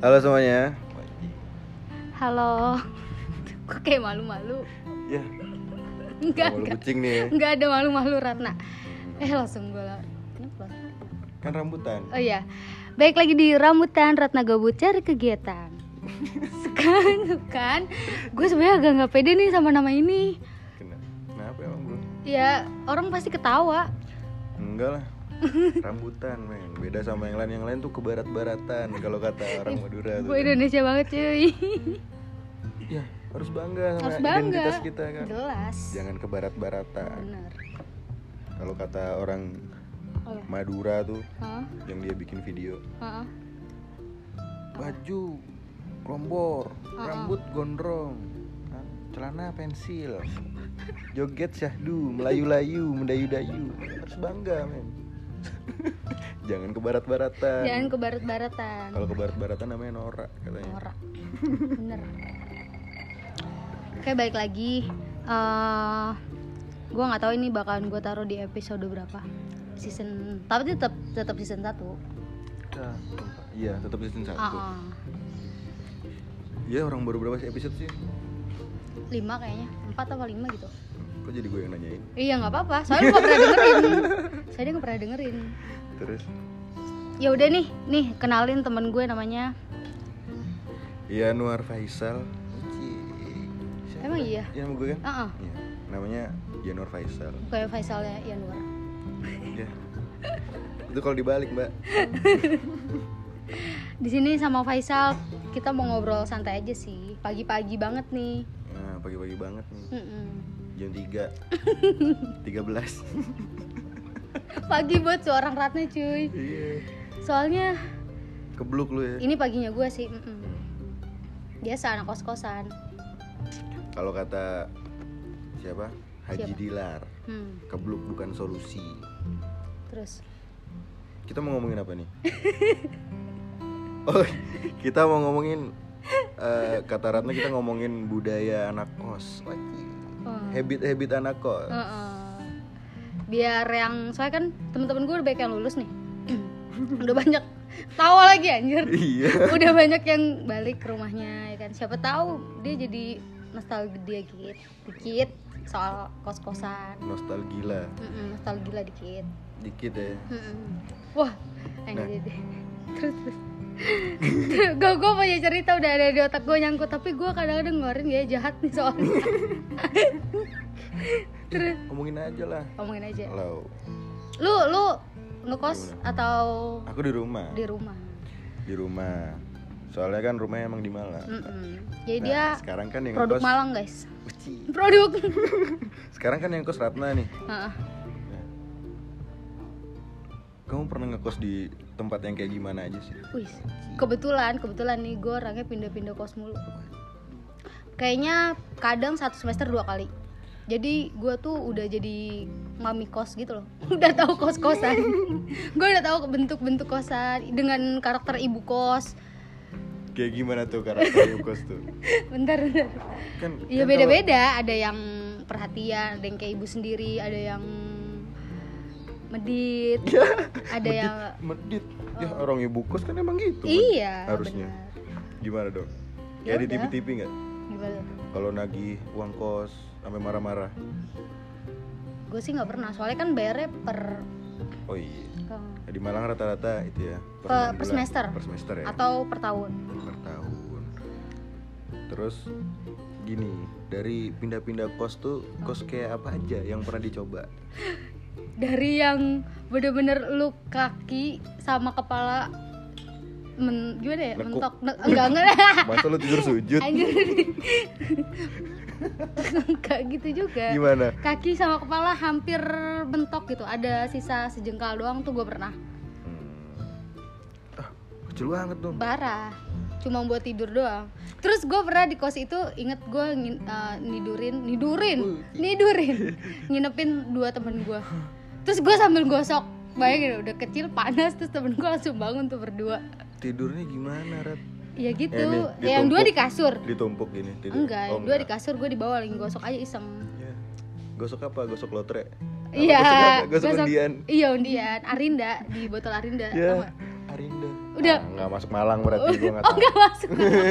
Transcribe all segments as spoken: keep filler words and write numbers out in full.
Halo semuanya. Halo. Kok kayak malu-malu? Ya. Enggak, Malu enggak. kucing nih. Enggak ada malu-malu Ratna. Eh langsung gue lah. Kenapa? Kan rambutan. Oh iya. Baik lagi di Rambutan Ratna Gabut cari kegiatan. Sekarang kan gue sebenarnya agak nggak pede nih sama nama ini. Kenapa emang bro? Ya orang pasti ketawa. Enggak lah. Rambutan men, beda sama yang lain. Yang lain tuh ke barat-baratan kalau kata orang Madura tuh. Gue Indonesia banget cuy. Ya harus bangga sama Harus bangga. identitas kita kan. Jelas. Jangan ke barat-baratan. Bener. Kalau kata orang Oh. Madura tuh, Hah? yang dia bikin video, Hah? baju rombor, Uh-uh. rambut gondrong, Hah? celana pensil, joget syahdu, melayu-layu, mendayu-dayu. Harus bangga men. Jangan ke barat-baratan. Jangan ke barat-baratan. Kalau ke barat-baratan namanya norak katanya. Norak. Bener. Oke, balik lagi. Uh, gue nggak tahu ini bakalan gue taruh di episode berapa. Season, tapi tetap tetap season satu. Ya, iya, tetap season satu. Uh-uh. Iya, orang baru berapa sih episode sih? lima kayaknya, empat atau lima gitu. Kok jadi gue yang nanyain? Iya nggak apa-apa, soalnya gue nggak pernah dengerin. Saya nggak pernah dengerin. Terus? Ya udah nih, nih kenalin temen gue namanya. Yanuar Faisal. Siapa? Emang iya? Iya nama gue kan? Uh-uh. Iya. Namanya Yanuar Faisal. Kayak Faisalnya Yanuar. Iya. Itu kalau dibalik mbak. Di sini sama Faisal kita mau ngobrol santai aja sih. Pagi-pagi banget nih. Nah pagi-pagi banget nih. Mm-mm. Jam tiga tiga belas. Pagi buat seorang Ratna cuy. Iya. Soalnya Kebluk lu ya. ini paginya gue sih. Mm-mm. Biasa anak kos-kosan. Kalau kata siapa? Haji Siapa? Dilar. Hmm. Kebluk bukan solusi. Terus Kita mau ngomongin apa nih? Oh, kita mau ngomongin uh, kata Ratna kita ngomongin budaya anak kos. oh. Habit-habit anak kos. Uh-uh. Biar yang soalnya kan temen-temen gue udah banyak yang lulus nih. Udah banyak tawa lagi anjir. Iya. Udah banyak yang balik ke rumahnya ya kan. Siapa tahu dia jadi nostalgia dikit, dikit soal kos-kosan. Nostalgia. Mm-mm, nostalgia dikit. Dikit ya. Mm-mm. Wah, Nah. nah. terus terus. gue gue punya cerita udah ada di otak gue nyangkut, tapi gue kadang-kadang ngeluarin ya jahat nih soalnya. Terus Ngomongin aja lah. ngomongin aja. Halo. Lu lu ngekos atau Aku di rumah. di rumah? Di rumah. Soalnya kan rumahnya emang di Malang. Mm-mm. Jadi Nah, dia sekarang kan yang produk ngekos- Malang guys. Uci. Produk. Sekarang kan yang kos Ratna nih. Heeh. Nah. Kamu pernah ngekos di tempat yang kayak gimana aja sih? Wih, kebetulan kebetulan nih gue orangnya pindah-pindah kos mulu. Kayaknya kadang satu semester dua kali. Jadi gue tuh udah jadi mami kos gitu loh. Udah tahu kos-kosan. Gue udah tahu bentuk-bentuk kosan dengan karakter ibu kos. Kayak gimana tuh karakter ibu kos tuh? Bentar, bentar. Kan Iya kan beda-beda. Ada yang perhatian, ada yang kayak ibu sendiri, ada yang medit, ada medit, yang medit. Ya orang ibu kos kan emang gitu. iya kan? Harusnya. benar. Gimana dong? Ya Kayak di udah. T V T V nggak? Gimana? Kalau nagih uang kos sampai marah-marah. Gue sih nggak pernah, soalnya kan bayarnya per Oh iya. ke- Di Malang rata-rata itu ya. Per- enam per bulan. semester. Per semester ya. atau per tahun. Per tahun. Terus gini, dari pindah-pindah kos tuh kos kayak apa aja yang pernah dicoba? Dari yang bener-bener lu kaki sama kepala men, gimana ya? Nekuk. Mentok, ne- enggak enggak. Masa lu tidur sujud? Anjir. Enggak gitu juga. Gimana? Kaki sama kepala hampir bentok gitu. Ada sisa sejengkal doang tuh gue pernah. Hmm. Ah, kecil banget dong. Parah. Cuma buat tidur doang. Terus gue pernah di kos itu inget gue ngin, uh, nidurin, nidurin, nidurin, nginepin dua temen gue. Terus gue sambil gosok, bayangin udah kecil panas, terus temen gue langsung bangun tuh berdua. Tidurnya gimana, Rat? Ya gitu. Eh, nih, Ya, yang dua di kasur. Ditumpuk gini tidur. Enggak, Oh, yang dua di kasur, gue di bawah lagi gosok aja iseng. Ya. Gosok apa? Gosok lotre? Apa Iya. Gosok apa? Gosok undian. Iya undian, Arinda di botol Arinda. Ya. Tau gak? Arinda. Udah ada. Nah, nggak masuk Malang berarti gue nggak Oh tahu. nggak masuk.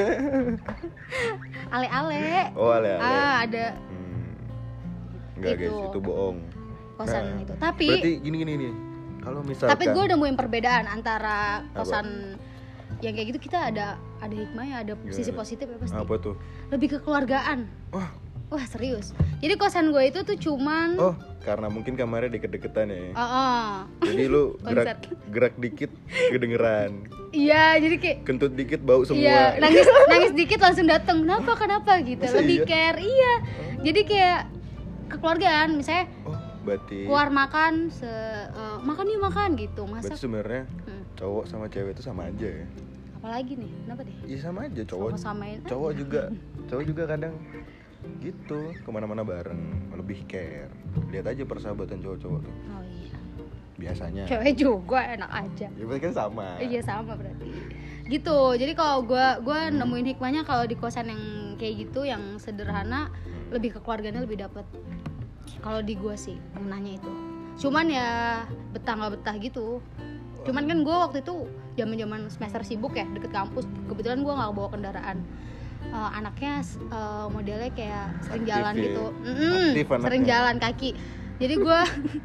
Ale-ale. Oh ale-ale. Ah ada Hmm. Enggak Itu. guys, itu bohong. kosan Nah, itu. Tapi Berarti gini gini nih. Kalau misalkan tapi gue nemuin perbedaan antara kosan yang kayak gitu, kita ada ada hikmahnya, ada sisi Gimana? positif ya pasti. Apa tuh? Lebih ke keluargaan. Wah, Wah serius. Jadi kosan gue itu tuh cuman oh karena mungkin kamarnya deket-deketan ya. Oh, oh. Jadi lu gerak Konsep. gerak dikit kedengeran, Iya, jadi kayak kentut dikit bau semua. iya, nangis nangis dikit langsung dateng. Kenapa? Kenapa gitu. Masa Lebih iya? care. Iya. Jadi kayak kekeluargaan, misalnya Oh, berarti keluar makan se eh, makan yuk makan gitu. berarti Masak. sebenarnya Hmm. cowok sama cewek itu sama aja ya. Apalagi nih? Kenapa deh? Iya sama aja cowok. Sama-samain aja. Cowok juga, cowok juga kadang gitu kemana-mana bareng lebih care. Lihat aja persahabatan cowok-cowok tuh Oh iya. biasanya. Cewek juga enak aja. Ya berarti kan sama. Iya sama berarti. Gitu. Jadi kalau gua gua nemuin hikmahnya kalau di kosan yang kayak gitu yang sederhana, lebih kekeluargaannya lebih dapet. Kalau di gua sih menanya itu. Cuman ya betah nggak betah gitu. Cuman kan gua waktu itu zaman-zaman semester sibuk ya deket kampus. Kebetulan gua nggak bawa kendaraan. Eh, anaknya eh, modelnya kayak sering Aktif jalan ya. gitu. Mm-mm, Aktif anaknya. sering jalan kaki. Jadi gua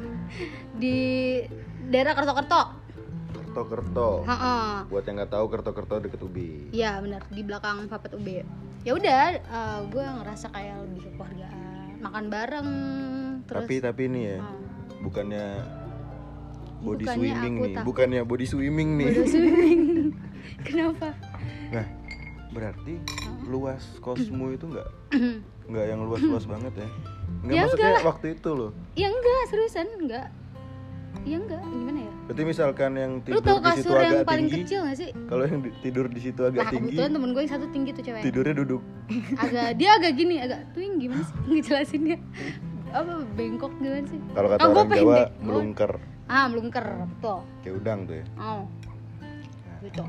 di daerah Kerto-Kerto. Kerto-kerto. Heeh. Buat yang nggak tahu kerto-kerto deket U B. Iya benar, di belakang Fapet U B. Ya udah, uh, gue ngerasa kayak lebih kekeluargaan, makan bareng, terus. Tapi tapi ini ya, Oh. bukannya body Bukannya swimming aku nih, takut. bukannya body swimming nih. Bodoh swimming. Kenapa? Nah, berarti luas kosmu itu nggak nggak yang luas-luas banget ya? Nggak, Ya maksudnya enggak lah. waktu itu loh. Ya enggak, seriusan enggak. Ya enggak, gimana ya? Berarti misalkan yang Lu tidur tau di situ kasur yang agak paling tinggi, kecil gak sih? kalau yang di- tidur di situ agak Nah tinggi, kebetulan temen gue yang satu tinggi tuh cewek. tidurnya duduk. Agak dia agak gini, agak twing gimana sih ngejelasinnya? Apa bengkok gimana sih? Kalau kata Ah, gua orang Jawa pendek. melungker, Ah melungker, betul. kayak udang tuh ya. Oh, gitu.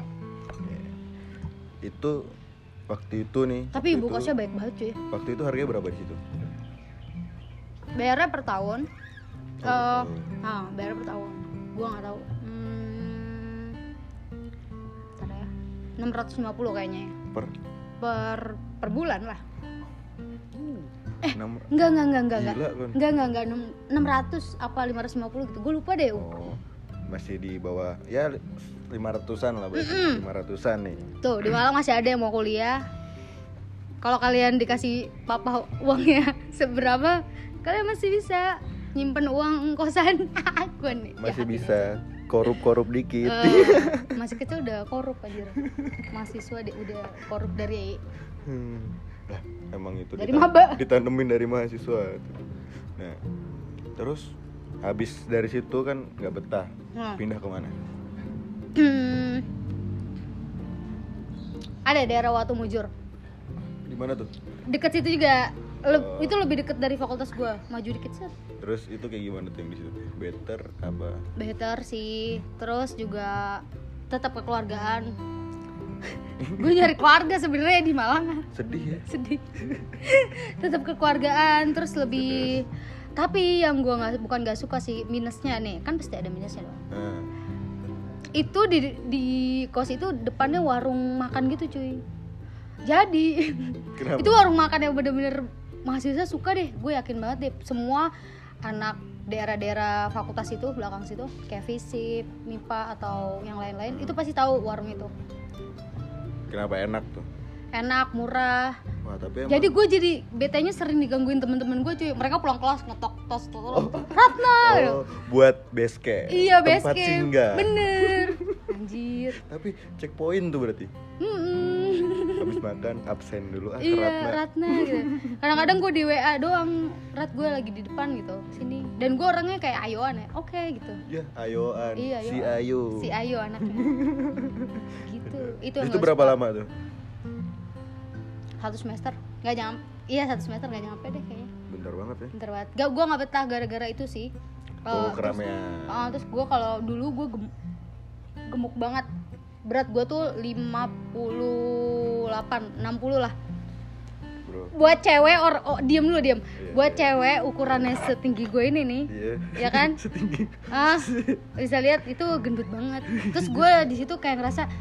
Itu waktu itu nih. Tapi waktu ibu itu- kosnya baik banget cuy. Waktu itu harganya berapa di situ? Bayarnya per tahun. Oh, Eh, betul. ah, bayarnya per tahun. Gua nggak tahu. Hmm, bentar ya. enam ratus lima puluh kayaknya ya. Per Per per bulan lah. Eh, enam- Enggak, enggak, enggak, enggak, enggak. Gila, Gun. Enggak, enggak, enggak. enam ratus apa lima ratus lima puluh gitu. Gue lupa deh. Oh, masih di bawah ya lima ratusan lah berarti. Mm-mm. lima ratusan nih. Tuh, di Malang masih ada yang mau kuliah. Kalau kalian dikasih papa uangnya seberapa, kalian masih bisa nyimpen uang kosan. Aku nih. Masih jahat bisa korup-korup dikit. ini. Eh, masih kecil udah korup aja. Mahasiswa deh udah korup dari Hmm. Lah, emang itu Dari ditan- maba. ditanemin dari mahasiswa. Nah, terus habis dari situ kan nggak betah, Hmm. pindah kemana? Hmm. Ada daerah Watu Mujur. Di mana tuh? Deket situ juga. Le- Oh. Itu lebih deket dari fakultas gua. Maju dikit set. Terus itu kayak gimana tuh yang di situ? Better apa? Better sih. Terus juga tetap kekeluargaan. Gue nyari keluarga sebenarnya di Malang. Sedih ya? Sedih. Tetap kekeluargaan, terus lebih. Tapi yang gua nggak bukan nggak suka sih minusnya nih, kan pasti ada minusnya dong. Nah, Itu di di kos itu depannya warung makan gitu cuy. Jadi kenapa? itu warung makan yang bener-bener mahasiswa suka deh, gue yakin banget deh. Semua anak daerah-daerah fakultas itu belakang situ kayak FISIP, MIPA atau yang lain-lain itu pasti tahu warung itu. Kenapa enak tuh? Enak, murah. Wah, tapi emang Jadi gue jadi betenya sering digangguin temen-temen gue cuy. Mereka pulang kelas ngetok tos tos. Ratna. oh, buat base camp. Iya, base Tempat camp. singgah. Bener. Anjir. Tapi checkpoint tuh berarti. Mm-mm. Habis makan absen dulu ah ke Iya, Ratna. Ratna gitu. Kadang-kadang gue di W A doang, Rat gue lagi di depan gitu, sini. Dan gue orangnya kayak ayoan ya, oke gitu. Ya, ayoan. Iya, Si ayoan. Ayu. Si Ayo anaknya. Gitu. Itu yang Itu gak berapa suka. lama tuh? Satu semester? Gak nyampe. Iya satu semester gak nyampe deh kayaknya. Bentar banget ya. Bentar banget. Gak, gue gak betah gara-gara itu sih. Oh, Eh, keramaian. Terus, uh, terus gue kalau dulu gue gem- gemuk banget. Berat gue tuh lima puluh delapan, enam puluh lah. Bro. Buat cewek or oh, diem dulu diem. Iya, Buat iya. cewek ukurannya setinggi gue ini nih. Iya. Ya kan? Setinggi. Ah, bisa lihat itu gendut banget. Terus gue di situ kayak ngerasa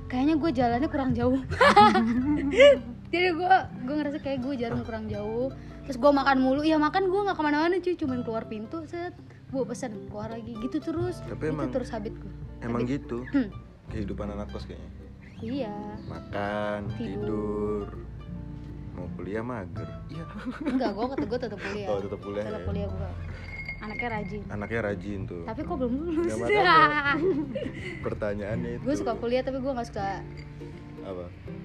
kayaknya gue jalannya kurang jauh. Jadi gue gue ngerasa kayak gue jalan kurang jauh. Terus gue makan mulu, ya makan gue nggak kemana-mana cuy, cuman keluar pintu, set gue pesen keluar lagi gitu terus. Tapi itu emang, terus habit gue. Emang Habit. gitu Hmm. kehidupan anak kos kayaknya. Iya. Makan, Tidur. tidur, mau kuliah mager. Iya. Enggak, gue kata gue tetap kuliah. Oh, tetap kuliah Tetap ya. kuliah gue. Anaknya rajin. Anaknya rajin tuh. Tapi kok belum lulus. Ya, makanya. Pertanyaannya itu. Gue suka kuliah tapi gue nggak suka apa?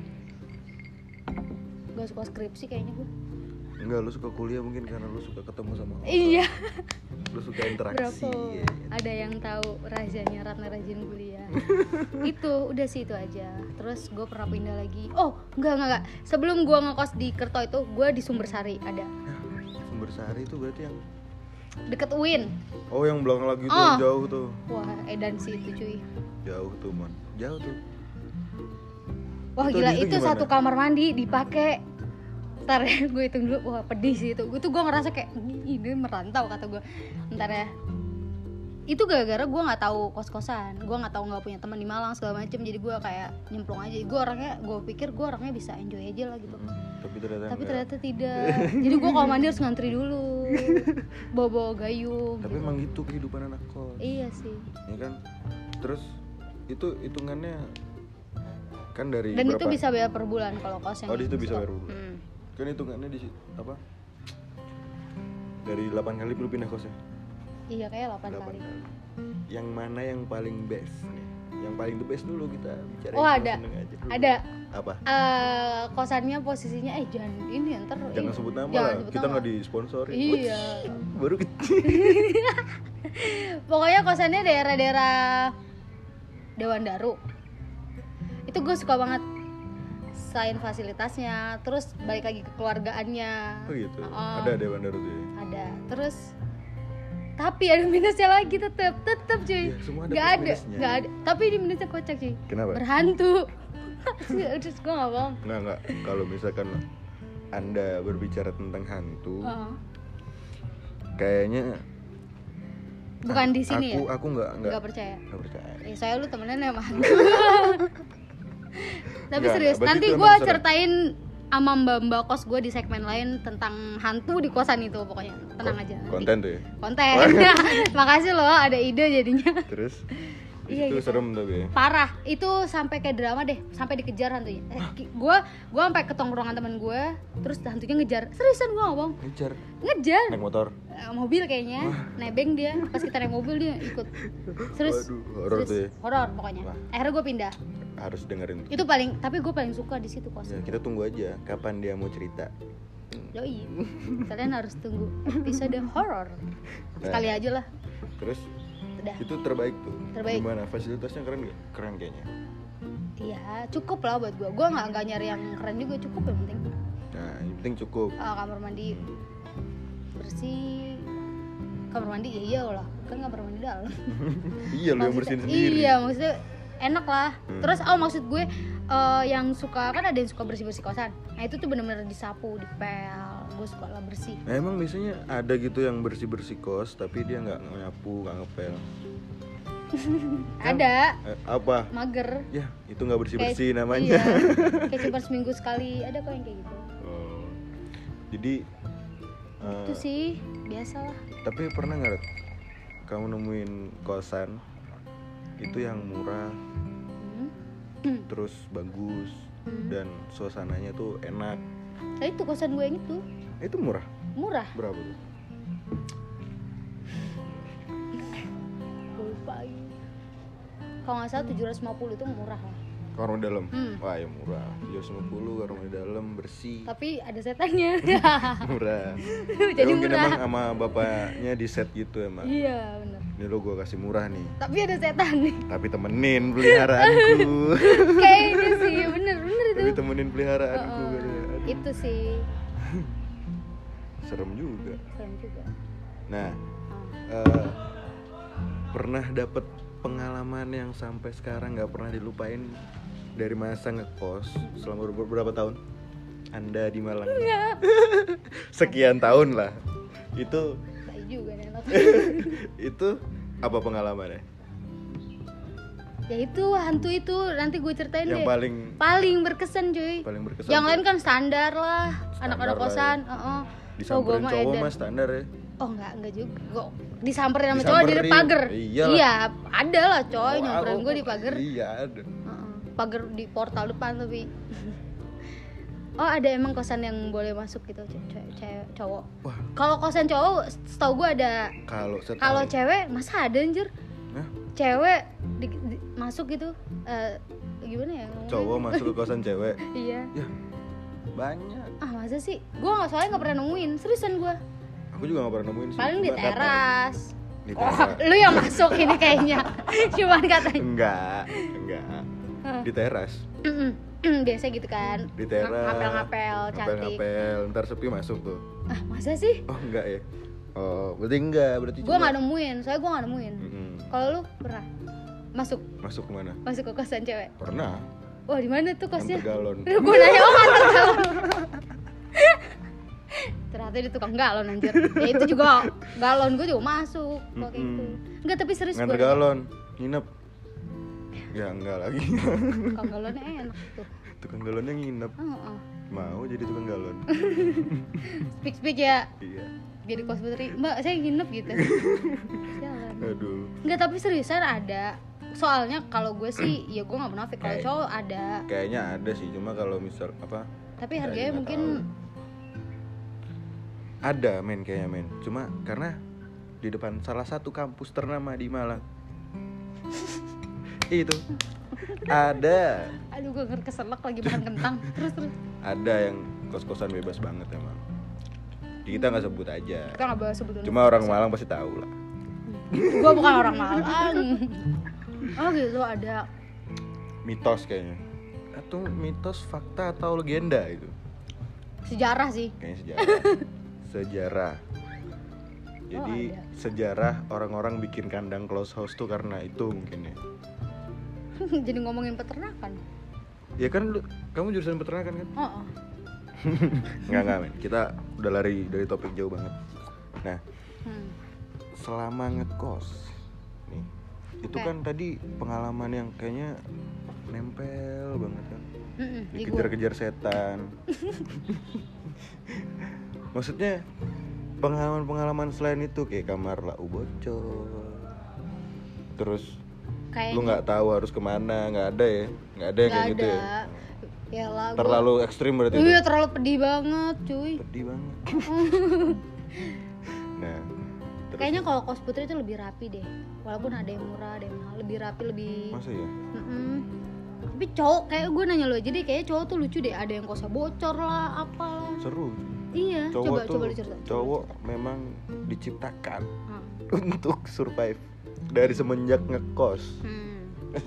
gak suka skripsi kayaknya gue. Enggak, lu suka kuliah mungkin karena lu suka ketemu sama orang. Iya. Lu suka interaksi. Berapa? Ya. Ada yang tahu rahasianya Ratna rajin kuliah. Itu udah sih itu aja. Terus gue pernah pindah lagi. Oh enggak enggak enggak. Sebelum gue ngekos di Kerto itu gue di Sumbersari ada. Sumbersari itu berarti yang Deket U I N. oh yang belakang lagi tuh, Oh. jauh tuh. Wah edan sih itu cuy. Jauh tuh, Mon. Jauh tuh. Wah Itu gila di situ itu gimana? satu kamar mandi dipakai. Ntar ya gue hitung dulu. Wah pedih sih itu. Gue tuh gue ngerasa kayak ini merantau kata gue. Ntar ya. Itu gara-gara gue nggak tahu kos-kosan, gue nggak tahu nggak punya teman di Malang segala macem, jadi gue kayak nyemplung aja. Gue orangnya, gue pikir gue orangnya bisa enjoy aja lah gitu. Hmm, tapi ternyata Tapi enggak. ternyata tidak. Jadi gue kalau mandi harus ngantri dulu, bawa-bawa gayung. Tapi gitu. emang gitu kehidupan anak kos. Iya sih. Ya kan? Terus itu hitungannya kan dari Dan berapa? itu bisa bayar per bulan kalau kos yang Oh, di situ bisa stop. bayar per bulan. Hmm. Kan hitungannya di situ apa? Dari delapan kali lu pindah kos ya? Iya kayak delapan kali. Yang mana yang paling best nih? Yang paling the best dulu kita bicara. Oh ada, ada. Apa? Eh, kosannya posisinya eh jangan ini ntar. Jangan ini. sebut nama Jangan lah, sebut kita nama. nggak disponsori. Iya. Baru kecil. Pokoknya kosannya daerah-daerah Dewan Daru. Itu gue suka banget. Selain fasilitasnya, terus balik lagi ke keluargaannya. Oh gitu. Oh. Ada Dewan Daru tuh. Ya? Ada. Terus tapi ada minusnya lagi tetep, tetep cuy. Ya, semua ada Gak plus ada, minusnya. gak ada. Tapi ini minusnya kocak cuy. Kenapa? Berhantu. Terus gue gak bohong. Nggak nggak. Kalau misalkan Anda berbicara tentang hantu, Oh. kayaknya Bukan di sini aku, ya? Aku nggak nggak Gak percaya. nggak percaya. Eh, saya lu temenan sama hantu. Tapi Nggak, serius, berarti nanti itu gue emang serem. ceritain sama mbak-mbak kos gue di segmen lain tentang hantu di kosan itu pokoknya. Tenang aja. nanti. Konten tuh ya. Konten. Makasih loh ada ide jadinya. Terus Iya, itu gitu. serem tapi ya. Parah, itu sampai kayak drama deh, sampai dikejar hantunya. Eh, ki- gua gua sampai ke tongkrongan teman gue, terus hantunya ngejar. Seriusan gua ngomong, Ngejar ngejar. naik motor. Eh, mobil kayaknya, nebeng dia. Pas kita naik mobil dia ikut. Terus Waduh, horor terus tuh ya. horor pokoknya. Wah. Akhirnya gue pindah. Harus dengerin. Itu paling, tapi gue paling suka di situ kos. Ya, kita tunggu aja kapan dia mau cerita. Yoi, kalian harus tunggu episode horor. Sekali Nah. aja lah. Terus Udah. itu terbaik tuh. Terbaik. Gimana? Fasilitasnya keren gak? Keren kayaknya. Iya, cukup lah buat gue. Gue nggak nggak nyari yang keren juga, cukup yang penting. Nah, yang penting cukup. Ah, kamar mandi bersih, kamar mandi ya iya lah, kan kamar mandi dalam. Iya, lu yang Maksudnya- bersihin sendiri. Iya, maksudnya enak lah. Hmm. Terus oh maksud gue eh, yang suka kan ada yang suka bersih bersih kosan. Nah itu tuh bener-bener disapu, dipel. Gue suka lah bersih. Nah, emang biasanya ada gitu yang bersih-bersih kos tapi dia nggak nyapu, nggak ngepel. Kan? Ada Eh, apa? mager. Ya, itu nggak bersih-bersih Kayak- namanya. Iya, kayak cuma seminggu sekali. Ada kok yang kayak gitu. Oh. Jadi eh, Itu sih biasa lah. tapi pernah nggak Rat, kamu nemuin kosan itu yang murah Hmm. terus bagus Hmm. dan suasananya tuh enak? Nah itu kosan gue yang itu Itu murah murah. berapa tuh? Gue lupa lagi. Kalau nggak salah tujuh ratus lima puluh itu murah lah. Kamar mandi dalam? Hmm. Wah ya murah, tujuh ratus lima puluh kamar mandi dalam bersih. Tapi ada setannya. Murah. Jadi Ya, mungkin murah. emang sama bapaknya di set gitu emang. Iya benar. Ini lo gue kasih murah nih, Tapi ada setan nih. tapi temenin peliharaanku. Kayak ini sih bener bener itu. Tapi temenin peliharaanku. Oh, katanya. Aduh, itu sih serem juga. serem juga. Nah, Oh. eh, pernah dapet pengalaman yang sampai sekarang nggak pernah dilupain dari masa ngekos selama ber- berapa tahun Anda di Malang? Enggak. Sekian tahun lah. Itu Tai juga nih anak. itu apa pengalamannya? Ya itu hantu itu nanti gue ceritain Yang deh. paling paling berkesan cuy. paling berkesan. Yang tuh. lain kan standar lah, Standar anak-anak lah kosan. ya. Heeh. Disamperin mah cowok edan. mah standar ya. Oh enggak, enggak juga. Kok disamperin sama cowok dari Disamperin. pagar. Iyalah. Iya, ada lah coy Oh, nyamperin aku- gue di pagar. Iya ada. Heeh. Pagar di portal depan tapi. Oh, ada emang kosan yang boleh masuk gitu cewek cewek cowok. Wah, Kalau kosan cowok setahu gue ada. kalau setahu. Kalau cewek masa ada anjir? Hah? Cewek di, di- masuk gitu eh, gimana ya ngomongnya? Cowok masuk ke kosan cewek. Iya. Ya, banyak. Ah masa sih? Gue nggak soalnya nggak pernah nemuin, seriusan gue. Aku juga gak pernah nemuin sih. Paling di Cuma katanya- teras. Di Oh, teras. lu yang masuk ini kayaknya. Cuman katanya. Enggak, enggak. Di teras. Biasa gitu kan. Di teras. Ngapel-ngapel cantik. Ngapel-ngapel, ntar sepi masuk tuh. Ah masa sih? Oh, enggak ya. Oh, berarti enggak, berarti Gue nggak nemuin, soalnya gue nggak nemuin. Mm-mm. Kalau lu pernah masuk Masuk kemana? masuk ke kosan cewek? Pernah. Wah di mana tuh kosnya? Nganter galon. Gue nanya oh nganter galon. Ternyata dia tukang galon anjir. Ya itu juga galon gue juga masuk kalau kayak gitu. Enggak tapi serius Nganter gue. galon, nginep. Ya enggak lagi. Tukang galonnya enak tuh. Tukang galonnya nginep. Heeh. Mau jadi tukang galon. Speak speak ya. Iya. Jadi kos putri. Mbak saya nginep gitu. Jalan. Aduh. Enggak tapi seriusan ada. Soalnya kalau gue sih ya gue nggak munafik kalau Kayak- cowok ada. Kayaknya ada sih, cuma kalau misal apa? Tapi harganya kayaknya mungkin nggak ada men kayaknya men. Cuma karena di depan salah satu kampus ternama di Malang. Itu ada aduh gue keselak lagi makan kentang. Terus terus. ada yang kos-kosan bebas banget emang. Kita nggak sebut aja. Kita nggak bahas sebutan. Cuma orang Malang pasti tahu lah. Gue bukan orang Malang. Oh gitu ada. Mitos kayaknya. Atau mitos, fakta atau legenda itu. Sejarah sih. Kayaknya sejarah. Sejarah. Jadi Oh, ada. sejarah orang-orang bikin kandang close house tuh karena itu mungkin ya. Jadi ngomongin peternakan. Ya kan lu, kamu jurusan peternakan kan? Oh, oh. Enggak enggak men. Kita udah lari dari topik jauh banget. Nah, Hmm. selama ngekos nih. Itu Oke. kan tadi pengalaman yang kayaknya nempel banget kan. Mm-mm, di gua. Dikejar-kejar setan. Maksudnya pengalaman-pengalaman selain itu kayak kamar lau bocor. Terus Kayaknya lu nggak tahu harus kemana, nggak ada ya, nggak ada yang nggak kayak gitu ya. ada. Ya lah. gua- Terlalu ekstrim berarti Iya itu. terlalu pedih banget, cuy. Pedih banget. Nah, terus Kayaknya kalau kos putri itu lebih rapi deh. Walaupun ada yang murah, ada yang mahal, lebih rapi, lebih. masa ya? Mm-mm. Tapi cowok kayak gue nanya lo, jadi kayak cowok tuh lucu deh. Ada yang kosnya bocor lah, apalah. Seru. Iya. Cowok coba tuh, coba dicerita. cowok memang diciptakan Ah. untuk survive dari semenjak ngekos. Hmm.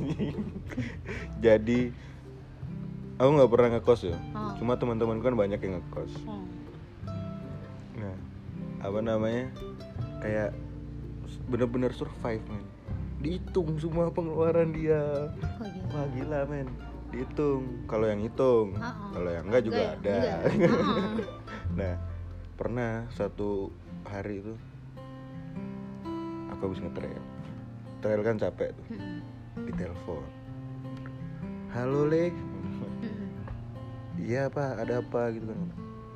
Jadi aku nggak pernah ngekos ya. Ah. Cuma teman-teman kan banyak yang ngekos. Hmm. Nah, apa namanya? Kayak bener-bener survive men. Dihitung semua pengeluaran dia. Oh, gitu. Wah gila men. Dihitung. Kalau yang hitung, Ah-ah. kalau yang enggak juga Enggak ya? ada. Enggak. Ah-ah. Nah, pernah satu hari itu aku habis ngetrail. Trail kan capek tuh. Mm-mm. Ditelepon. Halo Le. Mm-mm. Iya Pak, ada apa gitu kan.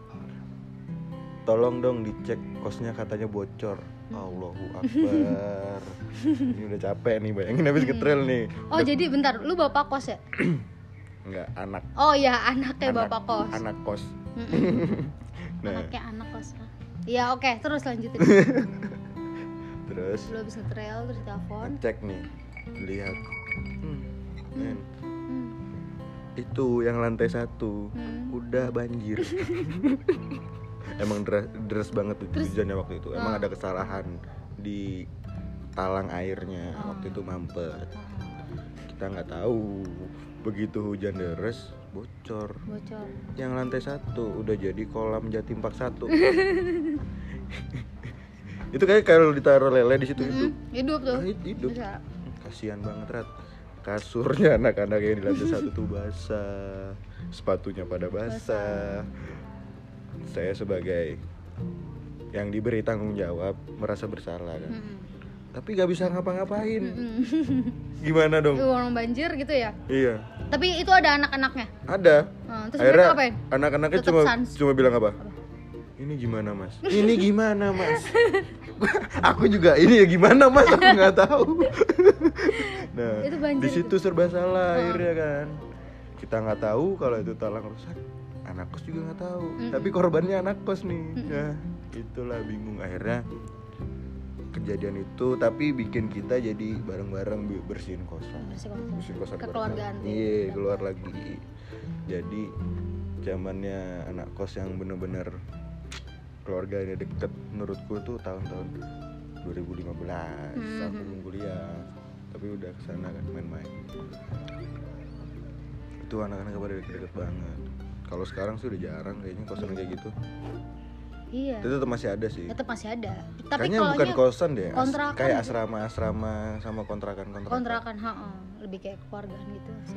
Tolong dong dicek kosnya katanya bocor. Allahu Akbar. Ini udah capek nih, bayangin habis ngetrail nih. Oh jadi bentar, lu bapak kos ya? Enggak, anak. Oh iya anaknya anak, bapak kos. Anak kos. Mm-mm. Nah, Anaknya anak kos. Iya oke, terus lanjutin. terus Lu habis nge-trail terus telepon. cek nih, lihat. Hmm, men, Hmm. itu yang lantai satu Hmm. udah banjir. Emang deras, deras banget tuh Terus? hujannya waktu itu. Emang Ah. ada kesalahan di talang airnya Ah. waktu itu mampet. Ah, Kita nggak tahu. Begitu hujan deras bocor. bocor. Yang lantai satu udah jadi kolam Jatim Park satu. Itu kayak kalau ditaruh lele di situ hidup. Mm-mm, hidup tuh. Ah, hid- hidup. Bisa. Kasihan banget Rat. Kasurnya anak-anak yang di lantai satu tuh basah, sepatunya pada basah. Saya sebagai yang diberi tanggung jawab merasa bersalah kan. Mm-mm. tapi gak bisa ngapa-ngapain. Gimana dong? Orang banjir gitu ya? Iya. Tapi itu ada anak-anaknya? Ada. Hmm, terus Akhirnya mereka ngapain? anak-anaknya Tetep cuma sans. cuma bilang apa? Apa? Ini gimana mas? Ini gimana mas? Aku juga ini ya gimana mas? Aku nggak tahu. Nah, Itu banjir di situ serba salah Oh. akhirnya kan. Kita nggak tahu kalau itu talang rusak. Anak kos juga nggak tahu. Mm-mm. Tapi korbannya anak kos nih. Mm-mm. Nah, itulah bingung akhirnya kejadian itu, tapi bikin kita jadi bareng-bareng bi- bersihin kosan. Bersih kosan. Bersihin kosan Kekeluargaan bareng. tuh. Iya, keluar lagi. Jadi zamannya anak kos yang bener-bener keluarganya deket menurutku tuh tahun-tahun dua ribu lima belas Mhm. aku belum kuliah, tapi udah kesana kan main-main. Itu anak-anak pada deket-deket banget. Kalau sekarang sih udah jarang kayaknya kosan kayak gitu. Iya. Itu tetap masih ada sih. Tetap masih ada. Tapi Kayaknya kalau bukan kosan deh, as- kontrakan kayak gitu. asrama-asrama sama kontrakan-kontrakan. kontrakan, ha-ha. Lebih kayak keluargaan gitu sih.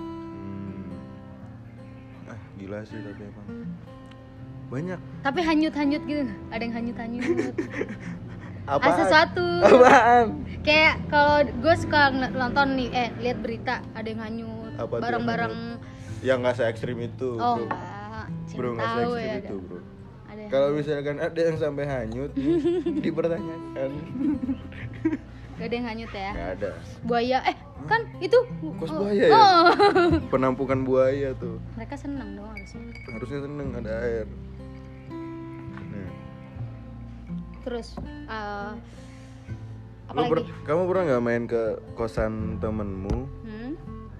Hmm. Ah, gila sih tapi emang banyak. Tapi hanyut-hanyut gitu nggak? Ada yang hanyut-hanyut. Apaan? Ah, sesuatu. Apaan? Kayak kalau gue suka ng- nonton nih, eh lihat berita ada yang hanyut. Apa tuh yang Barang-barang. Yang nggak se ekstrim itu, Oh bro. enggak. Bro nggak se Tahu ekstrim ya, itu, ada. bro. Ada yang Kalau misalkan ada yang sampai hanyut, nih, dipertanyakan. Gak ada yang hanyut ya. Nggak ada. Buaya, eh kan itu. Kos oh, buaya ya? Oh. Penampungan buaya tuh. Mereka senang dong harusnya. Harusnya seneng ada air. Nah, Terus uh, apa lu per- lagi? kamu pernah nggak main ke kosan temenmu Hmm?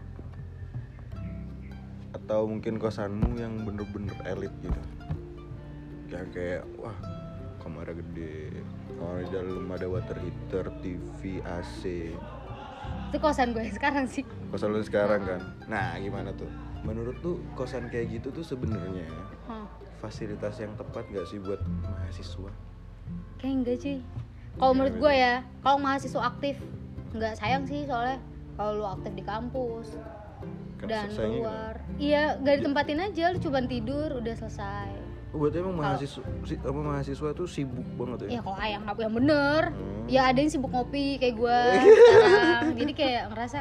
atau mungkin kosanmu yang bener-bener elit gitu? Yang kayak wah kamarnya gede, kamar di dalam ada water heater, T V, A C. Itu kosan gue sekarang sih. Kosan lu sekarang kan. Nah, gimana tuh? Menurut lu kosan kayak gitu tuh sebenarnya Hah. fasilitas yang tepat nggak sih buat mahasiswa? Kayak enggak sih. Kalau menurut gue ya, kalau mahasiswa aktif nggak sayang sih soalnya kalau lu aktif di kampus Kan dan sayangnya luar. Iya, nggak ditempatin aja, lu cuma tidur udah selesai. Oh, berarti emang mahasiswa si, apa mahasiswa tuh sibuk banget ya? Ya kalau yang yang bener, Hmm. ya ada yang sibuk ngopi kayak gue sekarang. Jadi kayak ngerasa.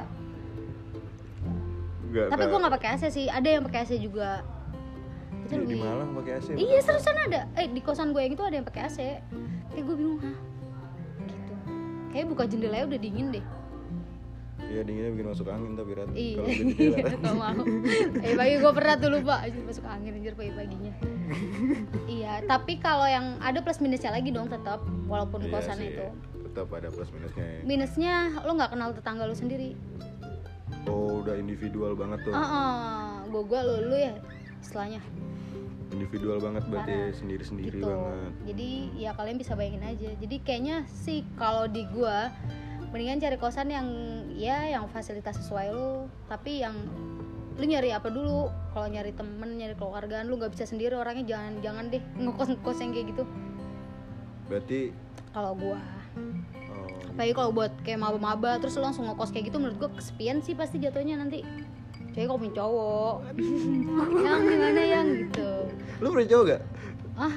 Nggak, Tapi nggak- gue nggak pakai A C sih. Ada yang pakai A C juga. Itu di, di lebih. Malang pakai A C. Iya, seriusan ada. Eh di kosan gue yang itu ada yang pakai A C. Kayak gue bingung, hah? Gitu. Kayak buka jendelanya udah dingin deh. Iya, dinginnya bikin masuk angin tapi Rat. Iya. Kalau udah jendela. Gak mau. Eh pagi gue pernah tuh lupa anjir masuk angin anjir pagi-paginya. Iya, tapi kalau yang ada plus minusnya lagi dong tetap walaupun Iya kosan sih, itu. tetap ada plus minusnya ya. Minusnya lo nggak kenal tetangga lo sendiri. Oh, udah individual banget tuh. Ah, gue gue lo lo ya istilahnya Individual banget berarti Parah. sendiri-sendiri gitu. banget. Jadi ya kalian bisa bayangin aja. Jadi kayaknya sih kalau di gue mendingan cari kosan yang ya yang fasilitas sesuai lo, tapi yang lu nyari apa dulu. Kalau nyari temen, nyari keluargaan, lu nggak bisa sendiri orangnya, jangan jangan deh ngekos ngekos yang kayak gitu. Berarti Kalau gua, oh, apalagi kalau buat kayak maba-maba terus lu langsung ngekos kayak gitu, menurut gua kesepian sih pasti jatuhnya nanti. Jadi kalau punya cowok, yang gimana yang gitu. lu punya cowok gak? Ah,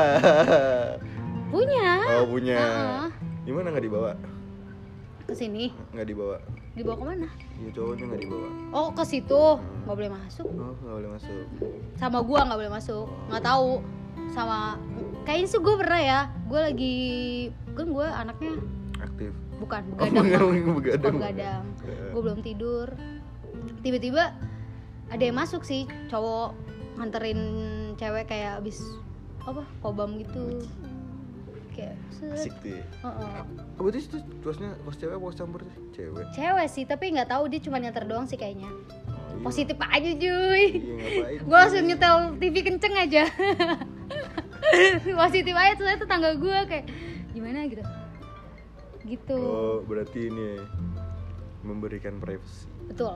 punya. Oh, punya. Ah, Gimana nggak dibawa? kesini, Nggak dibawa. dibawa kemana? Iya, cowoknya nggak dibawa. Oh ke situ, nggak boleh masuk. Oh, nggak boleh masuk. Sama gua nggak boleh masuk, nggak tahu. Sama kayaknya sih gua pernah ya, gua lagi kan gua anaknya Aktif. bukan Oh, begadang, begadang, Bang. begadang. Suka begadang. Ya. Gue belum tidur, tiba-tiba ada yang masuk sih, cowok nganterin cewek kayak abis apa kobam gitu, kayak set. Asik tuh ya. Heeh. Oh, berarti itu kosnya kos cewek apa kos campur sih? Cewek. Cewek sih, tapi nggak tahu dia cuma nyanter doang sih kayaknya. Oh, iya. Positif aja cuy. Iya, ngapain? Gue langsung nyetel T V kenceng aja. Positif aja, soalnya tetangga gue kayak gimana gitu. Gitu. Oh, berarti ini ya, memberikan privacy. Betul.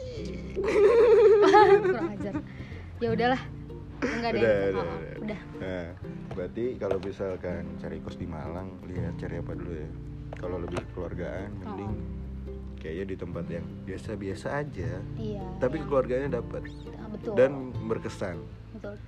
Kurang ajar. Ya udahlah. Enggak deh. Udah, Oh, udah, oh, udah. udah. Nah, berarti kalau misalkan cari kos di Malang, lihat cari apa dulu ya. Kalau lebih keluargaan, mending Oh. kayaknya di tempat yang biasa-biasa aja, Iya. tapi yang- keluarganya dapat Ah, betul. dan berkesan. Betul.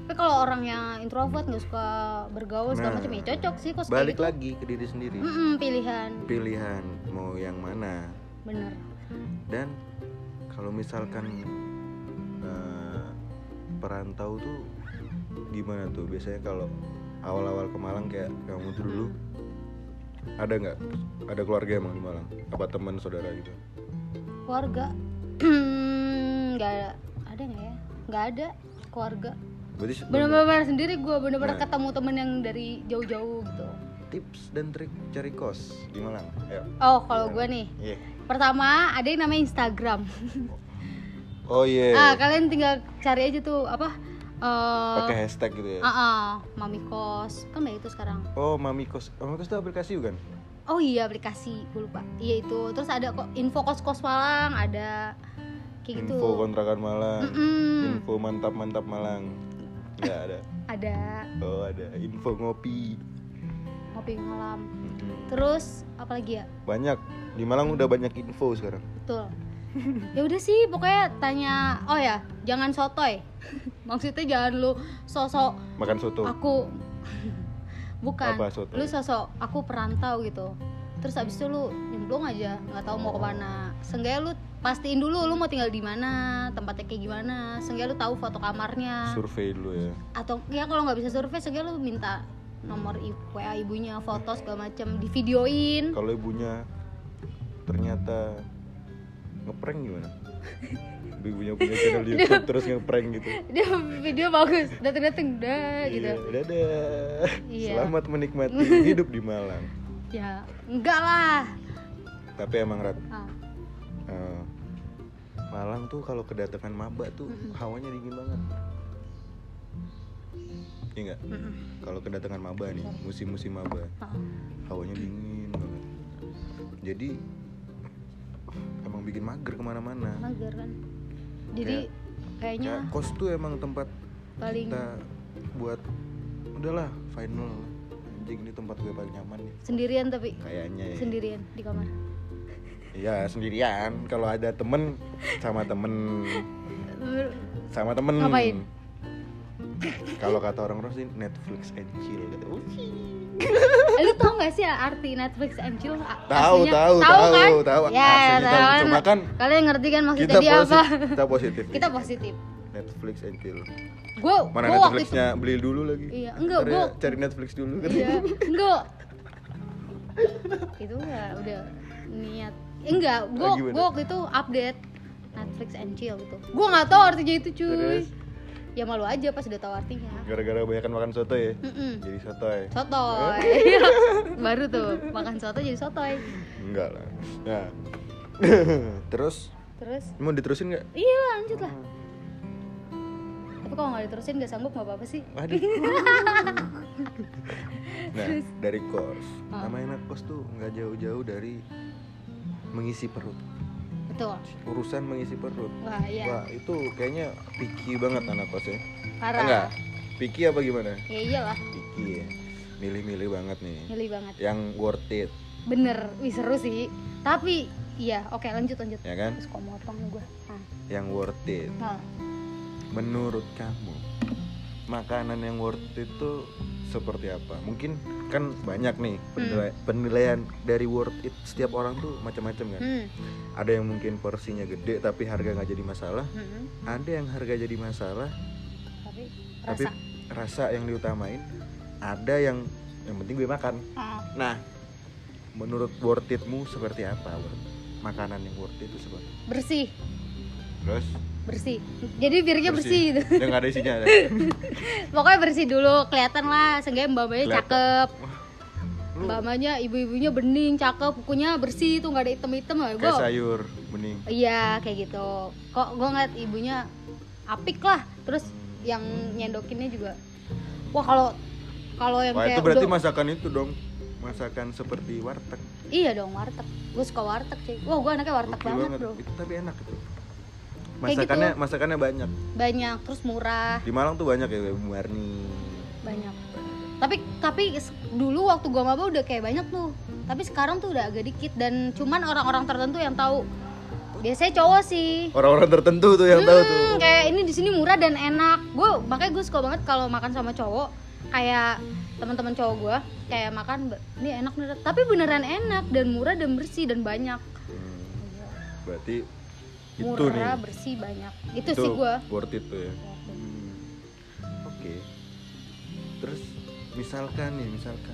Tapi kalau orang yang introvert nggak suka bergaul segala Nah, macam ya cocok sih kos kayak balik gitu. lagi ke diri sendiri. Mm-mm, pilihan. Pilihan mau yang mana. Bener. Dan kalau misalkan uh, perantau tuh gimana tuh? Biasanya kalau awal-awal ke Malang kayak kamu tuh dulu, ada nggak? Ada keluarga emang di Malang? Apa teman saudara gitu? Keluarga nggak ada. Ada nggak ya? Nggak ada keluarga. Berarti se- Bener-bener sendiri gue bener-bener Nah. ketemu temen yang dari jauh-jauh gitu. tips dan trik cari kos di Malang. Ayo. Oh kalau gue nih, Iya. pertama ada yang namanya Instagram. Oh iya. Ah kalian tinggal cari aja tuh apa? eh, Pakai hashtag gitu ya. ah, ah, Mami Kos kan banyak itu sekarang. Oh, Mami Kos. Mami Kos itu aplikasi bukan? Oh iya aplikasi, gue lupa. Iya itu. Terus ada kok info kos-kos Malang, ada kayak gitu. Info kontrakan Malang. Mm-mm. Info mantap-mantap Malang. Enggak ada. Ada Oh, ada. Info ngopi. ngopi malam. Mm-mm. Terus apa lagi ya? Banyak. Di Malang udah banyak info sekarang. Betul. Ya udah sih pokoknya tanya. Oh ya jangan sotoy. Maksudnya jangan lu sosok Makan soto. aku bukan. Apa sotoy? Lu sosok aku perantau gitu. Terus abis itu lu nyemplung aja, nggak tahu mau kemana. Seenggaknya lu pastiin dulu lu mau tinggal di mana, tempatnya kayak gimana. Seenggaknya lu tahu foto kamarnya. Survei dulu ya. Atau ya kalau nggak bisa survei, seenggaknya lu minta nomor i- W A ibunya, foto segala macam, divideoin. Kalau ibunya ternyata ngeprank gimana? Ibunya punya channel di YouTube terus ngeprank gitu. Dia video bagus, dateng-dateng dah gitu. Iya, dadah. Iya. Selamat menikmati hidup di Malang. Ya enggak lah. Tapi emang Rat, Ah, eh, Malang tuh kalau kedatangan maba tuh Mm-mm. hawanya dingin banget. Iya nggak? mm-mm. Kalau kedatangan maba nih, musim-musim maba, Ah, hawanya dingin banget. Jadi emang bikin mager kemana-mana. mager kan. Jadi kayaknya Kayak kos tuh emang tempat paling kita buat udahlah final. Anjing ini tempat gue paling nyaman nih. sendirian tapi Kayaknya ya. sendirian di kamar. Iya sendirian. Kalau ada temen sama temen sama temen. Ngapain? Kalau kata orang-orang sih Netflix and chill gitu. Lu tau gak sih arti Netflix and chill? A- Tahu, aslinya? tahu, Tahu tahu, kan? tahu. Ya, Aslinya tahu. tahu. Cuma kan Kalian ngerti kan maksudnya Kita dia apa? positif, kita positif. Kita positif. Netflix and chill. Gue Mana gue waktu itu Netflixnya beli dulu lagi. Iya, enggak, Ntar ya gua- cari Netflix dulu kan. iya, enggak. Itu enggak udah niat. Eh, enggak, gue Ah, gimana? gue waktu itu update Netflix and chill gitu. Gue nggak tahu artinya itu cuy. Terus? Ya malu aja pas udah tahu artinya. Gara-gara kebanyakan makan soto ya. Mm-mm. Jadi sotoy. Sotoy. Baru tuh makan soto jadi sotoy. Enggak lah. Nah. Terus Terus mau diterusin nggak? iya lanjut lah. Tapi kalau nggak diterusin nggak sanggup nggak apa-apa sih. Waduh. Nah, dari kos. Ah. Namanya anak kos tuh nggak jauh-jauh dari mengisi perut. Betul. Urusan mengisi perut. Wah iya. Wah, itu kayaknya picky banget anak kos ya. Parah. Enggak? Picky apa gimana? Ya iyalah. Picky ya. Milih-milih banget nih. Milih banget. Yang worth it, Bener. Wih seru sih. Tapi iya oke lanjut lanjut. ya kan? Terus kok motong nih gue. Nah. Yang worth it. Nah. Menurut kamu, makanan yang worth it itu seperti apa? Mungkin kan banyak nih penilai- penilaian dari worth it setiap orang tuh macam-macam kan. Hmm. Ada yang mungkin porsinya gede tapi harga nggak jadi masalah. Hmm. Ada yang harga jadi masalah Tapi tapi rasa. rasa yang diutamain. Ada yang yang penting gue makan. Ah. Nah, menurut worth it-mu seperti apa? Makanan yang worth it itu seperti Bersih. terus Bersih. Jadi piringnya bersih, gitu. yang nggak ada isinya ada. Pokoknya bersih dulu, kelihatan lah. Seenggaknya mbak-mbaknya Kelihatan. cakep. Lu Mbak-mbaknya, ibu-ibunya bening, cakep, kukunya bersih tuh nggak ada item-item lah. kayak Gua- sayur bening. Iya kayak gitu. Kok gue ngeliat ibunya apik lah. Terus yang nyendokinnya juga. Wah kalau kalau yang Wah, kayak itu berarti udah- masakan itu dong. Masakan seperti warteg. iya dong warteg. Gue suka warteg cuy. Wah gue anaknya warteg Gokil banget banget. bro. Itu tapi enak itu. Kayak Masakannya gitu. masakannya banyak. Banyak terus murah Di Malang tuh banyak ya, Bu Warni. banyak. Tapi tapi s- dulu waktu gue maba udah kayak banyak tuh. Tapi sekarang tuh udah agak dikit dan cuman orang-orang tertentu yang tahu. Biasanya cowok sih. Orang-orang tertentu tuh yang Hmm, tahu tuh. kayak ini di sini murah dan enak. Gue makanya gue suka banget kalau makan sama cowok. Kayak teman-teman cowok gue kayak makan, ini enak nih, tapi beneran enak dan murah dan bersih dan banyak. Hmm, berarti itu Murah, nih. bersih, banyak. Itu, sih gue. Worth it tuh ya. Hmm. Oke. Terus misalkan nih, misalkan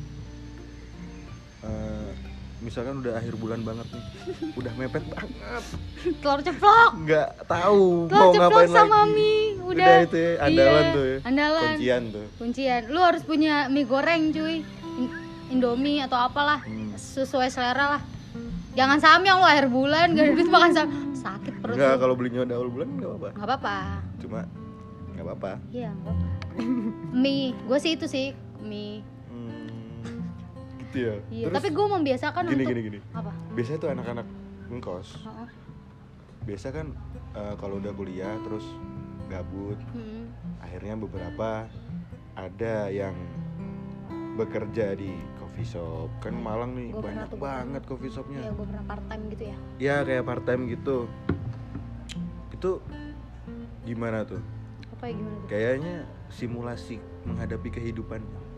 eh, misalkan udah akhir bulan banget nih, udah mepet banget, Telur ceplok. nggak tahu Telur mau ceplok ngapain sama lagi. mie. Udah, Udah, itu ya, andalan iya, tuh ya. Andalan. Kuncian tuh. Kuncian. Lu harus punya mie goreng, cuy. In- Indomie atau apalah. Hmm. Sesuai selera lah. Jangan samyang lu akhir bulan gak ada duit makan sam. Sakit perut. Enggak, lu. kalau belinya udah awal bulan nggak apa-apa. Nggak apa-apa. Cuma nggak apa-apa. Iya, nggak apa-apa. Mie, gue sih itu sih mie. Hmm, gitu ya. Iya, Terus tapi gue membiasakan gini untuk gini gini. apa? Biasanya tuh anak-anak ngkos, Heeh. biasa kan eh, kalau udah kuliah terus gabut, Hmm. akhirnya beberapa ada yang bekerja di coffee shop. Kan Malang nih Gua pernah banyak tuh, banget coffee Iya, shopnya. gue pernah part time gitu ya. Ya kayak part time gitu. Itu gimana tuh? Apa ya gimana tuh? Kayaknya simulasi menghadapi kehidupan.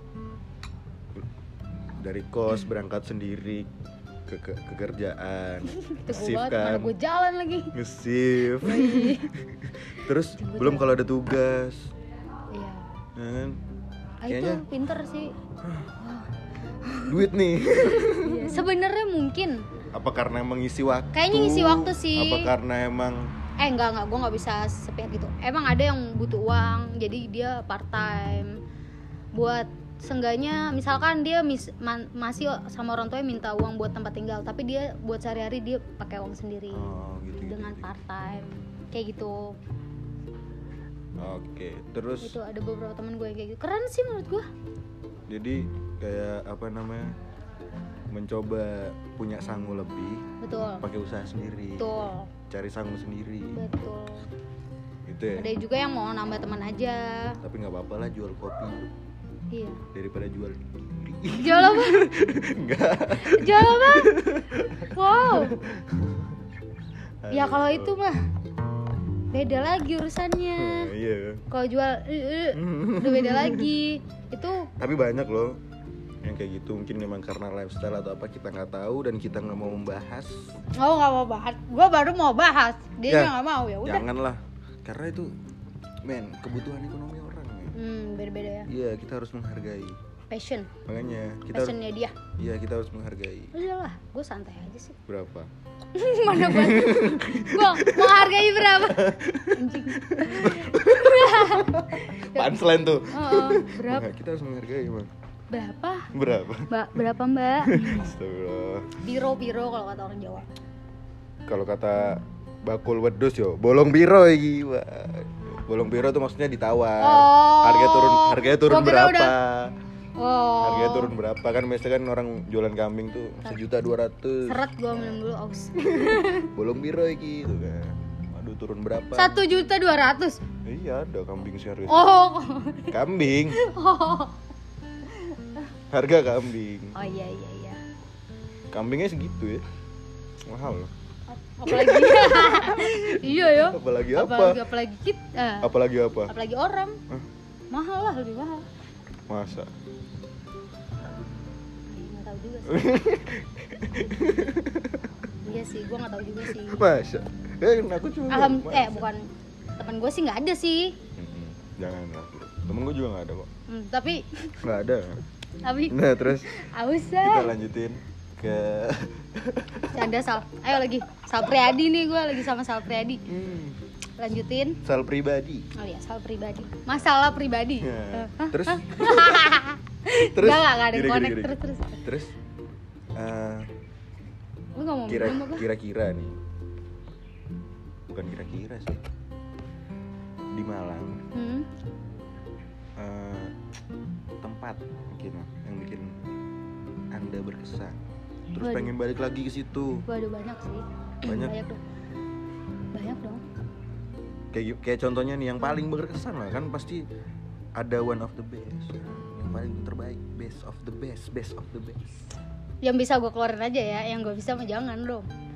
Dari kos berangkat sendiri ke, ke, ke kerjaan, Itu gue shift banget, mana kan, gue jalan lagi. nge-shift. Wih. Terus Jemput belum ya. kalau ada tugas, Iya. ya kan? Ah, Kayaknya itu pinter sih. duit nih. Iya. Sebenarnya mungkin. Apa karena emang ngisi waktu? Kayaknya ngisi waktu sih. Apa karena emang Eh enggak enggak, gue nggak bisa sepihak gitu. Emang ada yang butuh uang, jadi dia part time. Buat seenggaknya misalkan dia mis, man, masih sama orang tuanya minta uang buat tempat tinggal, tapi dia buat sehari-hari dia pakai uang sendiri. oh, gitu, gitu, Dengan gitu. part time. Kayak gitu. Oke, terus Itu ada beberapa teman gue yang kayak gitu. Keren sih menurut gue. jadi kayak apa namanya? Mencoba punya sangu lebih, Betul. pakai usaha sendiri. Betul. Cari sangu sendiri. Betul. Gitu ya. Ada juga yang mau nambah teman aja. Tapi nggak apa-apa lah jual kopi Iya. daripada jual diri. Jual apa? Enggak. Jual apa? Wow. Ya Aduh. kalau itu mah beda lagi urusannya. Nah, iya. Kalau jual uh, uh, udah beda lagi. Itu Tapi banyak loh yang kayak gitu, mungkin memang karena lifestyle atau apa kita nggak tahu dan kita nggak mau membahas. oh nggak mau bahas. Gue baru mau bahas. Dia Ya, nggak mau ya udah. Janganlah, karena itu men kebutuhan ekonomi orang ya. Hmm, beda-beda ya. Iya, kita harus menghargai. Passion. Makanya kita harus, Passionnya dia. iya kita harus menghargai. Udah lah, gue santai aja sih. Berapa? Mana gue? Gue menghargai berapa? Anjing. Punchline tuh. Oh, berapa? Nah, kita harus menghargai bang. Berapa? Berapa? Mbak, berapa mbak? Astagfirullah. Biro biro kalau kata orang Jawa. Kalau kata bakul wedus yo, bolong biro iki, Pak. Bolong biro tuh maksudnya ditawar. Oh. Harga turun, harganya turun Gua kira berapa? udah- Oh. Harganya turun berapa? Kan biasanya kan orang jualan kambing tuh sejuta dua ratus. Seret gue minum dulu aus. Bolong biro iki tuh kan. Aduh turun berapa? Satu juta dua ratus. Iya ada kambing serius. Oh. Kambing. Oh. Harga kambing. Oh iya iya iya. Kambingnya segitu ya. Mahal. Apalagi iya ya. Apalagi apa? Apalagi apalagi kita. Apalagi apa? Apalagi orang. Hah? Mahal lah, lebih mahal. Masa? Nggak tahu juga sih. Iya sih, gue nggak tahu juga sih. Masa? Eh, aku cuma Alham, masa? eh bukan teman gue sih nggak ada sih. Mm-mm. Jangan lah. Temen gue juga gak ada kok. Hmm, tapi Gak ada. tapi Nah terus aus kita ya. lanjutin ke Canda Sal. Ayo lagi. Sal Priadi nih, gue lagi sama Sal Priadi. hmm, Lanjutin. sal pribadi. Oh iya, Sal pribadi. Masalah pribadi. Ya. Hah? Terus Hah? terus Enggak, enggak, enggak ada gini, connect. gini, gini. Terus, terus. Terus eh, Lu gak mau kira minum apa? kira-kira nih, bukan kira-kira sih, di Malang Hmm? eh, tempat mungkin yang bikin anda berkesan terus Waduh. pengen balik lagi ke situ. Waduh banyak sih. Banyak? Banyak dong. Banyak dong. Kayak kayak contohnya nih yang paling berkesan lah, kan pasti ada one of the best, yang paling terbaik, best of the best, best of the best. Yang bisa gue keluarin aja ya, yang gue bisa mah jangan dong.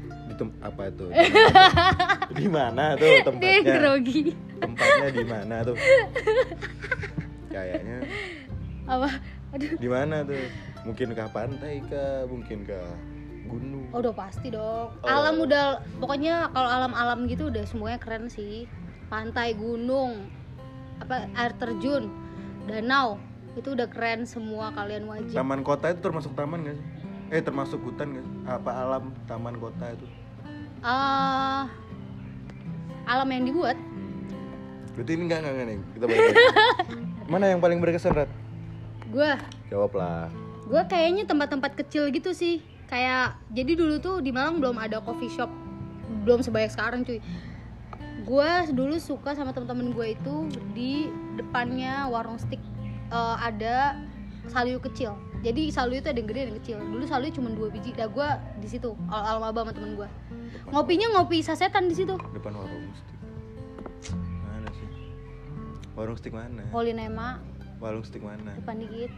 Di tem- apa tuh? Di mana tuh Dia tempatnya? grogi. Tempatnya di mana tuh? Kayaknya Apa? Aduh. di mana tuh? Mungkin ke pantai kah? Mungkin ke gunung. Oh, udah pasti dong. Oh. Alam udah, pokoknya kalau alam-alam gitu udah semuanya keren sih. Pantai, gunung, apa air terjun, danau, itu udah keren semua, kalian wajib. Taman kota itu termasuk taman nggak sih? Eh termasuk hutan nggak sih? Apa alam taman kota itu? Ah, alam yang dibuat. Berarti ini enggak enggak enggak nih. Kita balik lagi. Mana yang paling berkesan, Rat? Gue, Jawab lah. gue kayaknya tempat-tempat kecil gitu sih. Kayak jadi dulu tuh di Malang belum ada coffee shop, belum sebanyak sekarang cuy. Gue dulu suka sama teman-teman gue itu di depannya warung steak uh, ada salju kecil. Jadi salju itu ada yang gede dan kecil. Dulu salju cuma dua biji. Dah gue di situ al-almaba sama temen gue. Ngopinya ngopi sasetan di situ. Depan warung steak. Mana sih? Warung steak mana? Polinema Warung steak mana? depan dikit.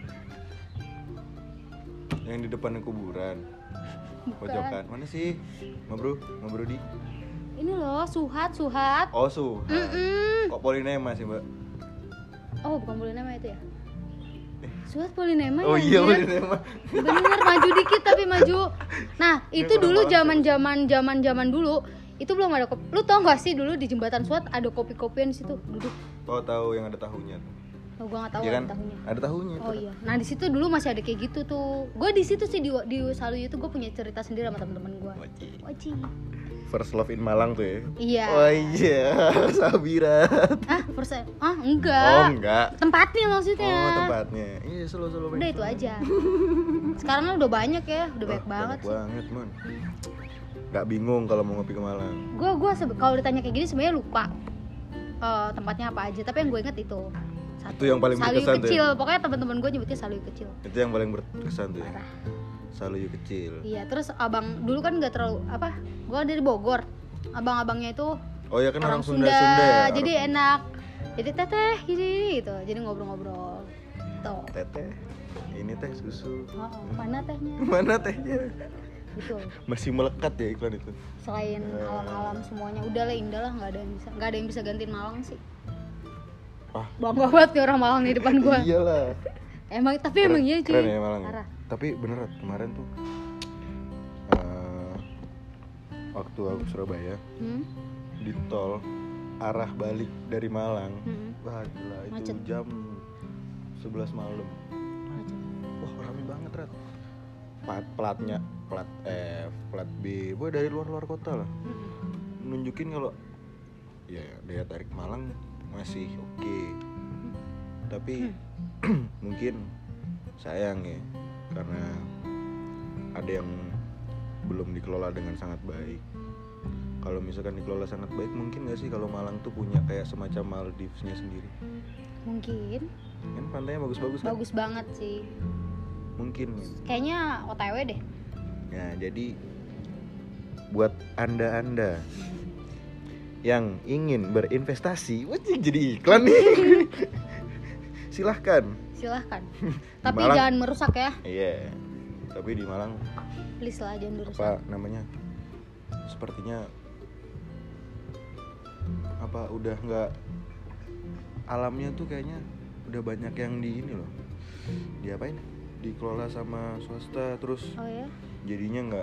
Yang di depan kuburan. Bukan. Pojokan. Mana sih? Ma bro, ma bro di. Ini loh, Suhat, Suhat. Oh, Suhat. Mm-mm. Kok Polinema sih, Mbak? Oh, bukan Polinema itu ya? Suhat Polinema Oh ya, iya, anjir. Polinema. Bener, maju dikit tapi maju. Nah, itu Ini dulu orang zaman-zaman zaman-zaman dulu itu belum ada kopi. Lu tau gak sih dulu di jembatan Suhat ada kopi-kopian di situ duduk. Oh, tahu yang ada tahunya. Oh, gua nggak tahu Iya ada kan? tahunya. Ada tahunya. Oh itu. iya. Nah, di situ dulu masih ada kayak gitu tuh. Gue di situ sih di di Saluyu itu gue punya cerita sendiri sama teman-teman gue. Wajib. Wajib. First love in Malang tuh ya. Iya. Oh iya, Sabirat. Ah, persen. Ah, enggak. Oh enggak. Tempatnya maksudnya. Oh tempatnya. Iya selalu-selalu. Udah itu aja. Sekarang kan udah banyak ya, udah banyak Wah, banget banyak sih. banget, man. Gak bingung kalau mau ngopi ke Malang. Gue gue sebe- kalau ditanya kayak gini sebenarnya lupa eh, tempatnya apa aja. Tapi yang gue inget itu. Satu. Itu yang paling Saluyu berkesan tuh kecil. ya? Pokoknya teman-teman gue nyebutnya Saluyu kecil. Itu yang paling berkesan tuh ya. Parah. Saluyu kecil. Iya, terus abang dulu kan nggak terlalu apa? Gue dari Bogor. Abang-abangnya itu Oh ya kan orang orang Sunda, Sunda Sunda ya. jadi orang enak. Jadi teteh gini gitu. Jadi ngobrol-ngobrol. Tuh. Teteh. Ini teh susu. Oh, mana tehnya? Mana tehnya? Gitu. Masih melekat ya iklan itu. Selain alam-alam semuanya udah lah, indah lah, nggak ada yang bisa nggak ada yang bisa gantiin Malang sih. Ah. Bangga banget nih orang Malang di depan gua. Iyalah. Emang tapi Keren- emang iya cuy. Keren ya Malang. ya? Parah. Tapi bener kemarin tuh eh, waktu aku Surabaya Hmm? di tol arah balik dari Malang. Hmm. Wah gila itu Macet. jam sebelas malam. Wah rame banget Rat. Plat, platnya plat F, plat B, boy dari luar-luar kota lah. Hmm. Nunjukin kalau ya daya tarik Malang masih oke. Tapi mungkin sayang ya karena ada yang belum dikelola dengan sangat baik. Kalau misalkan dikelola sangat baik, mungkin nggak sih kalau Malang tuh punya kayak semacam Maldives-nya sendiri? Mungkin. Kan pantainya bagus-bagus kan? Bagus banget sih. Mungkin. Kayaknya O T W deh. Nah, jadi buat anda-anda yang ingin berinvestasi, wah jadi iklan nih. Silahkan. Silahkan. Tapi Malang- jangan merusak ya. Iya. Tapi di Malang Please lah jangan merusak. apa namanya? Sepertinya apa udah nggak alamnya tuh kayaknya udah banyak yang di ini loh. Diapain? Dikelola sama swasta terus Oh ya. jadinya nggak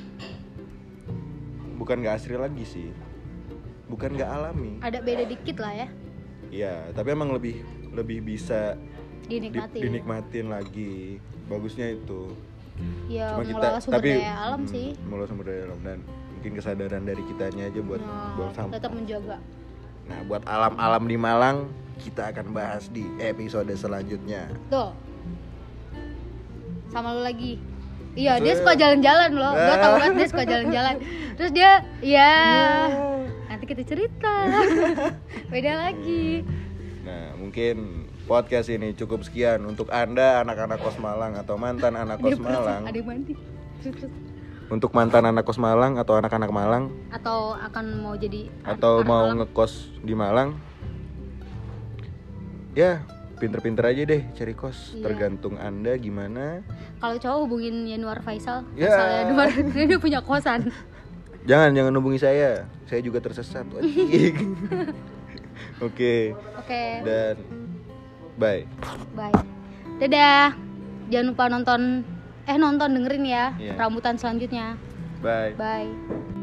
bukan nggak asri lagi sih, bukan nggak alami. Ada beda dikit lah ya. Iya, tapi emang lebih lebih bisa di- Dinikmati. dinikmatin lagi. Bagusnya itu. Ya Cuma kita mengelola sumber tapi daya alam hmm, sih. mengelola sumber daya alam dan mungkin kesadaran dari kitanya aja buat Nah, buang sampah. tetap menjaga. Nah, buat alam-alam di Malang kita akan bahas di episode selanjutnya. Tuh. Sama lu lagi. Iya, dia Saya- suka jalan-jalan loh. Gua tahu kan dia suka jalan-jalan. Terus dia ya nanti kita cerita. Beda lagi. Nah, mungkin podcast ini cukup sekian untuk Anda anak-anak kos Malang atau mantan anak kos Dia perasa Malang. ada yang mandi. Terus, terus. Untuk mantan anak kos Malang atau anak-anak Malang Atau akan mau jadi atau anak mau malam. ngekos di Malang. Ya, pinter-pinter aja deh cari kos. Iya. Tergantung Anda gimana. Kalau cowok hubungin Yanuar Faisal. Ya. Faisal Yanuar dia punya kosan. Jangan jangan hubungi saya. Saya juga tersesat. Anjing. Oke. Oke. Dan bye. Bye. Dadah. Jangan lupa nonton eh nonton dengerin ya Iya. rambutan selanjutnya. Bye. Bye.